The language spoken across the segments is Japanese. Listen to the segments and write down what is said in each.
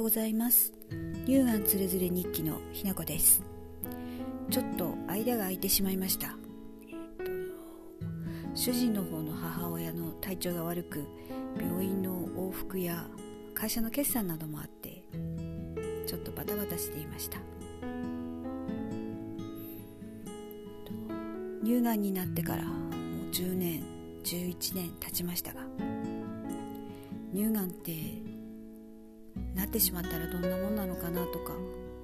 ございます。乳がんつれづれ日記のひなこです。ちょっと間が空いてしまいました。主人の方の母親の体調が悪く、病院の往復や会社の決算などもあってちょっとバタバタしていました。乳がんになってからもう10年11年経ちましたが、乳がんってなってしまったらどんなもんなのかなとか、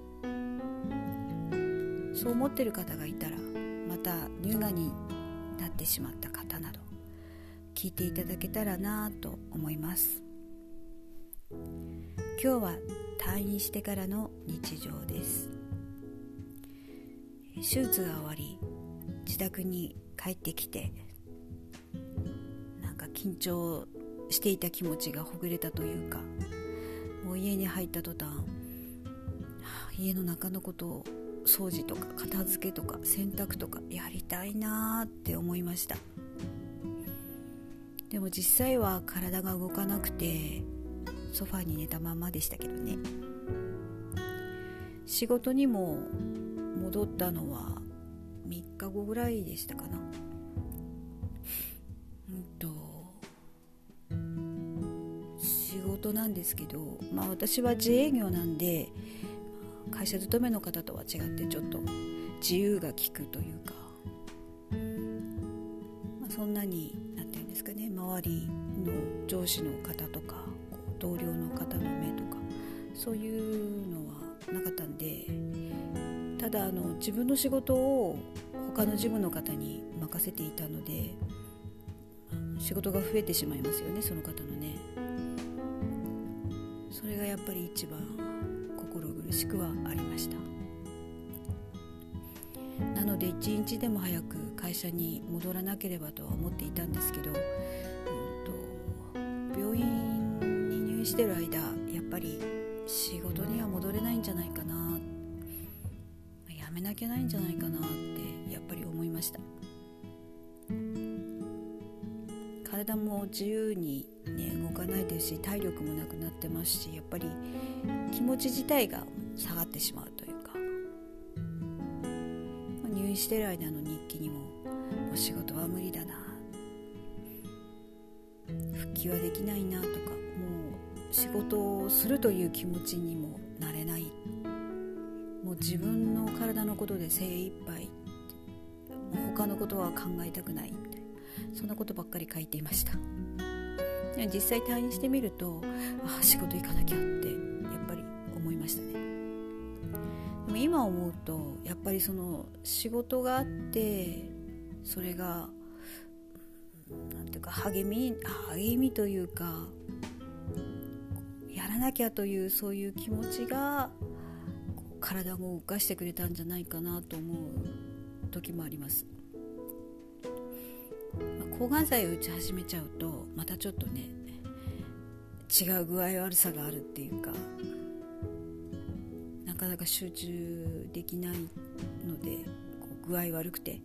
そう思ってる方がいたら、また乳がんになってしまった方など聞いていただけたらなと思います。今日は退院してからの日常です。手術が終わり自宅に帰ってきて、なんか緊張していた気持ちがほぐれたというか、もう家に入った途端、家の中のことを掃除とか片付けとか洗濯とかやりたいなって思いました。でも実際は体が動かなくてソファに寝たままでしたけどね。仕事にも戻ったのは3日後ぐらいでしたかな。仕事なんですけど、私は自営業なんで、会社勤めの方とは違ってちょっと自由が利くというか、そんなになんていうんですかね、周りの上司の方とか同僚の方の目とかそういうのはなかったんで、ただ自分の仕事を他の事務の方に任せていたので、仕事が増えてしまいますよね、その方のね。それがやっぱり一番心苦しくはありました。なので一日でも早く会社に戻らなければとは思っていたんですけど、病院に入院してる間、やっぱり仕事には戻れないんじゃないかな、やめなきゃないんじゃないかなってやっぱり思いました。体も自由に、動かないですし、体力もなくなってますし、やっぱり気持ち自体が下がってしまうというか、入院してる間の日記にも、もう仕事は無理だな、復帰はできないなとか、もう仕事をするという気持ちにもなれない、もう自分の体のことで精一杯、もう他のことは考えたくないみたいな、そんなことばっかり書いていました。実際退院してみると、仕事行かなきゃってやっぱり思いましたね。でも今思うと、やっぱりその仕事があって、それがなんていうか励みというか、やらなきゃというそういう気持ちが体を動かしてくれたんじゃないかなと思う時もあります。抗がん剤を打ち始めちゃうと、またちょっとね、違う具合悪さがあるっていうか、なかなか集中できないので、具合悪くて、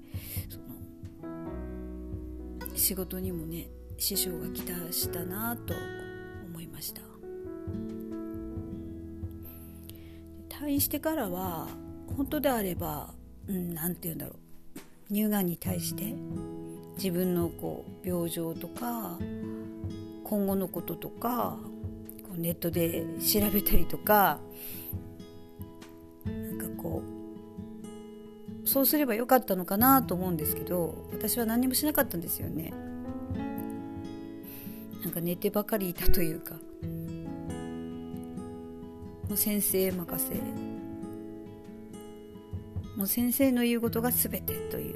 仕事にもね、支障がきたしたなと思いました。退院してからは本当であれば、なんていうんだろう、乳がんに対して自分の病状とか今後のこととかネットで調べたりとか、そうすればよかったのかなと思うんですけど、私は何もしなかったんですよね。寝てばかりいたというか、もう先生任せ、もう先生の言うことが全てという、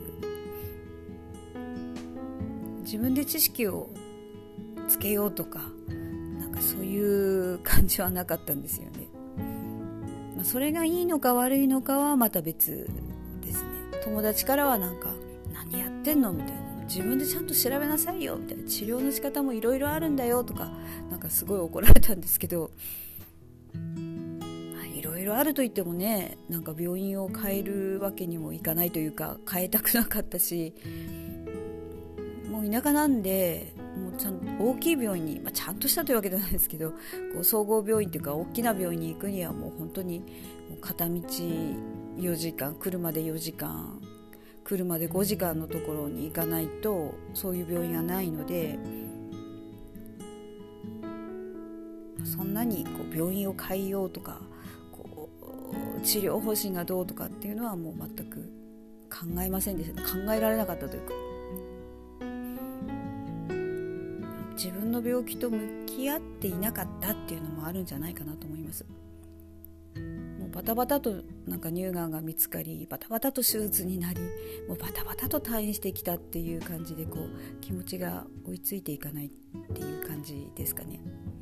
自分で知識をつけようとか、そういう感じはなかったんですよね。それがいいのか悪いのかはまた別ですね。友達からは何やってんのみたいな、自分でちゃんと調べなさいよみたいな、治療の仕方もいろいろあるんだよとか、すごい怒られたんですけど、いろいろあると言ってもね、病院を変えるわけにもいかないというか、変えたくなかったし、もう田舎なんで、もうちゃん大きい病院に、ちゃんとしたというわけではないですけど、こう総合病院というか大きな病院に行くにはもう本当にもう片道4時間、車で4時間、車で5時間のところに行かないとそういう病院がないので、そんなにこう病院を変えようとか、こう治療方針がどうとかっていうのはもう全く考えませんでした。考えられなかったというか、自分の病気と向き合っていなかったっていうのもあるんじゃないかなと思います。もうバタバタとなんか乳がんが見つかり、バタバタと手術になり、もうバタバタと退院してきたっていう感じで、こう気持ちが追いついていかないっていう感じですかね。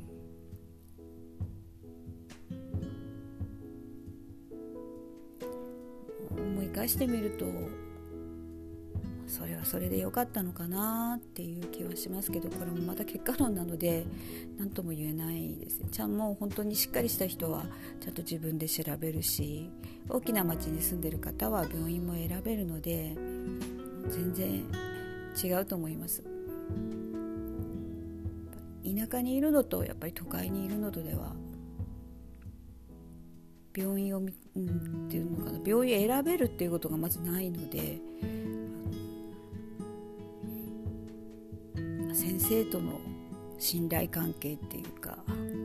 思い返してみると、それはそれで良かったのかなっていう気はしますけど、これもまた結果論なので何とも言えないですね。もう本当にしっかりした人はちゃんと自分で調べるし、大きな町に住んでる方は病院も選べるので全然違うと思います。田舎にいるのとやっぱり都会にいるのとでは、病院をっていうのかな、病院選べるっていうことがまずないので、先生との信頼関係っていうか、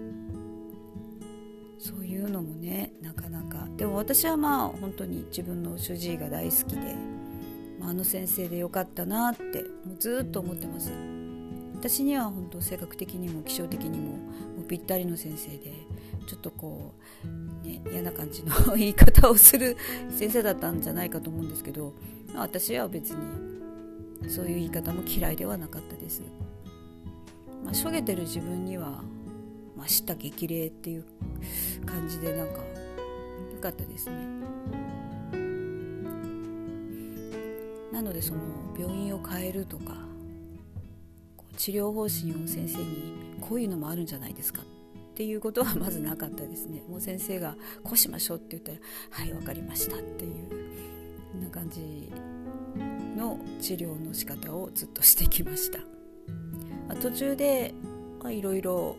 そういうのもね、なかなか。でも私は本当に自分の主治医が大好きで、あの先生でよかったなってもうずっと思ってます。私には本当性格的にも気象的にもぴったりの先生で、ちょっとこう、嫌な感じの言い方をする先生だったんじゃないかと思うんですけど、私は別にそういう言い方も嫌いではなかったです。しょげてる自分には、叱咤激励っていう感じでなんか良かったですね。なのでその病院を変えるとか、治療方針を先生にこういうのもあるんじゃないですかっていうことはまずなかったですね。もう先生がこうしましょうって言ったら、はいわかりましたっていうこんな感じの治療の仕方をずっとしてきました。途中でいろいろ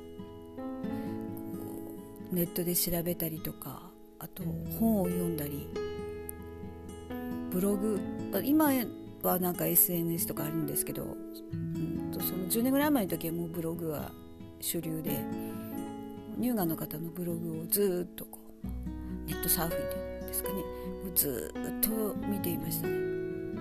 ネットで調べたりとか、あと本を読んだり、ブログ、今はなんか SNS とかあるんですけど、その10年ぐらい前の時はもうブログは主流で、乳がんの方のブログをずっとこうネットサーフィンっていうんですかね、もうずっと見ていましたね。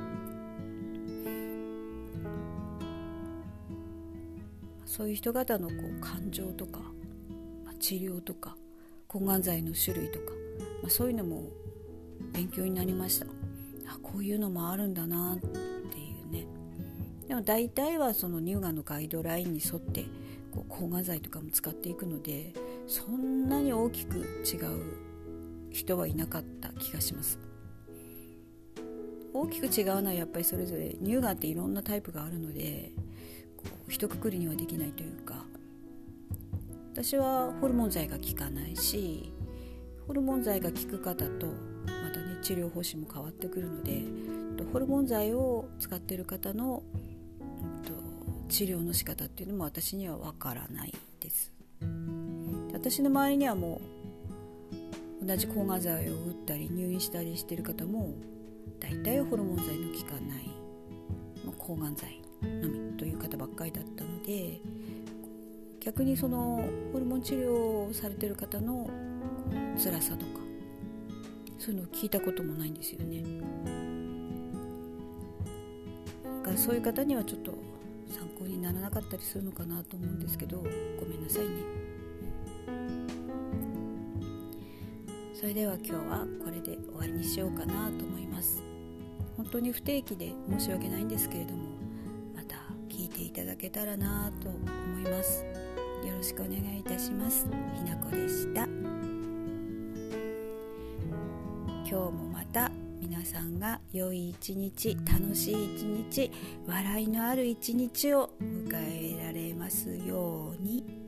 そういう人方のこう感情とか、治療とか抗がん剤の種類とか、そういうのも勉強になりました。こういうのもあるんだなっていうね。でも大体はその乳がんのガイドラインに沿ってこう抗がん剤とかも使っていくので、そんなに大きく違う人はいなかった気がします。大きく違うのはやっぱりそれぞれ乳がんっていろんなタイプがあるので、一括りにはできないというか、私はホルモン剤が効かないし、ホルモン剤が効く方とまたね治療方針も変わってくるので、ホルモン剤を使っている方の、治療の仕方っていうのも私にはわからないです。私の周りにはもう同じ抗がん剤を打ったり入院したりしている方も大体ホルモン剤の効かない抗がん剤のみという方ばっかりだったので、逆にそのホルモン治療をされている方の辛さとかそういうのを聞いたこともないんですよね。だからそういう方にはちょっと参考にならなかったりするのかなと思うんですけど、ごめんなさいね。それでは今日はこれで終わりにしようかなと思います。本当に不定期で申し訳ないんですけれども、また聞いていただけたらなと思います。よろしくお願いいたします。ひなこでした。今日もまた皆さんが良い一日、楽しい一日、笑いのある一日を迎えられますように。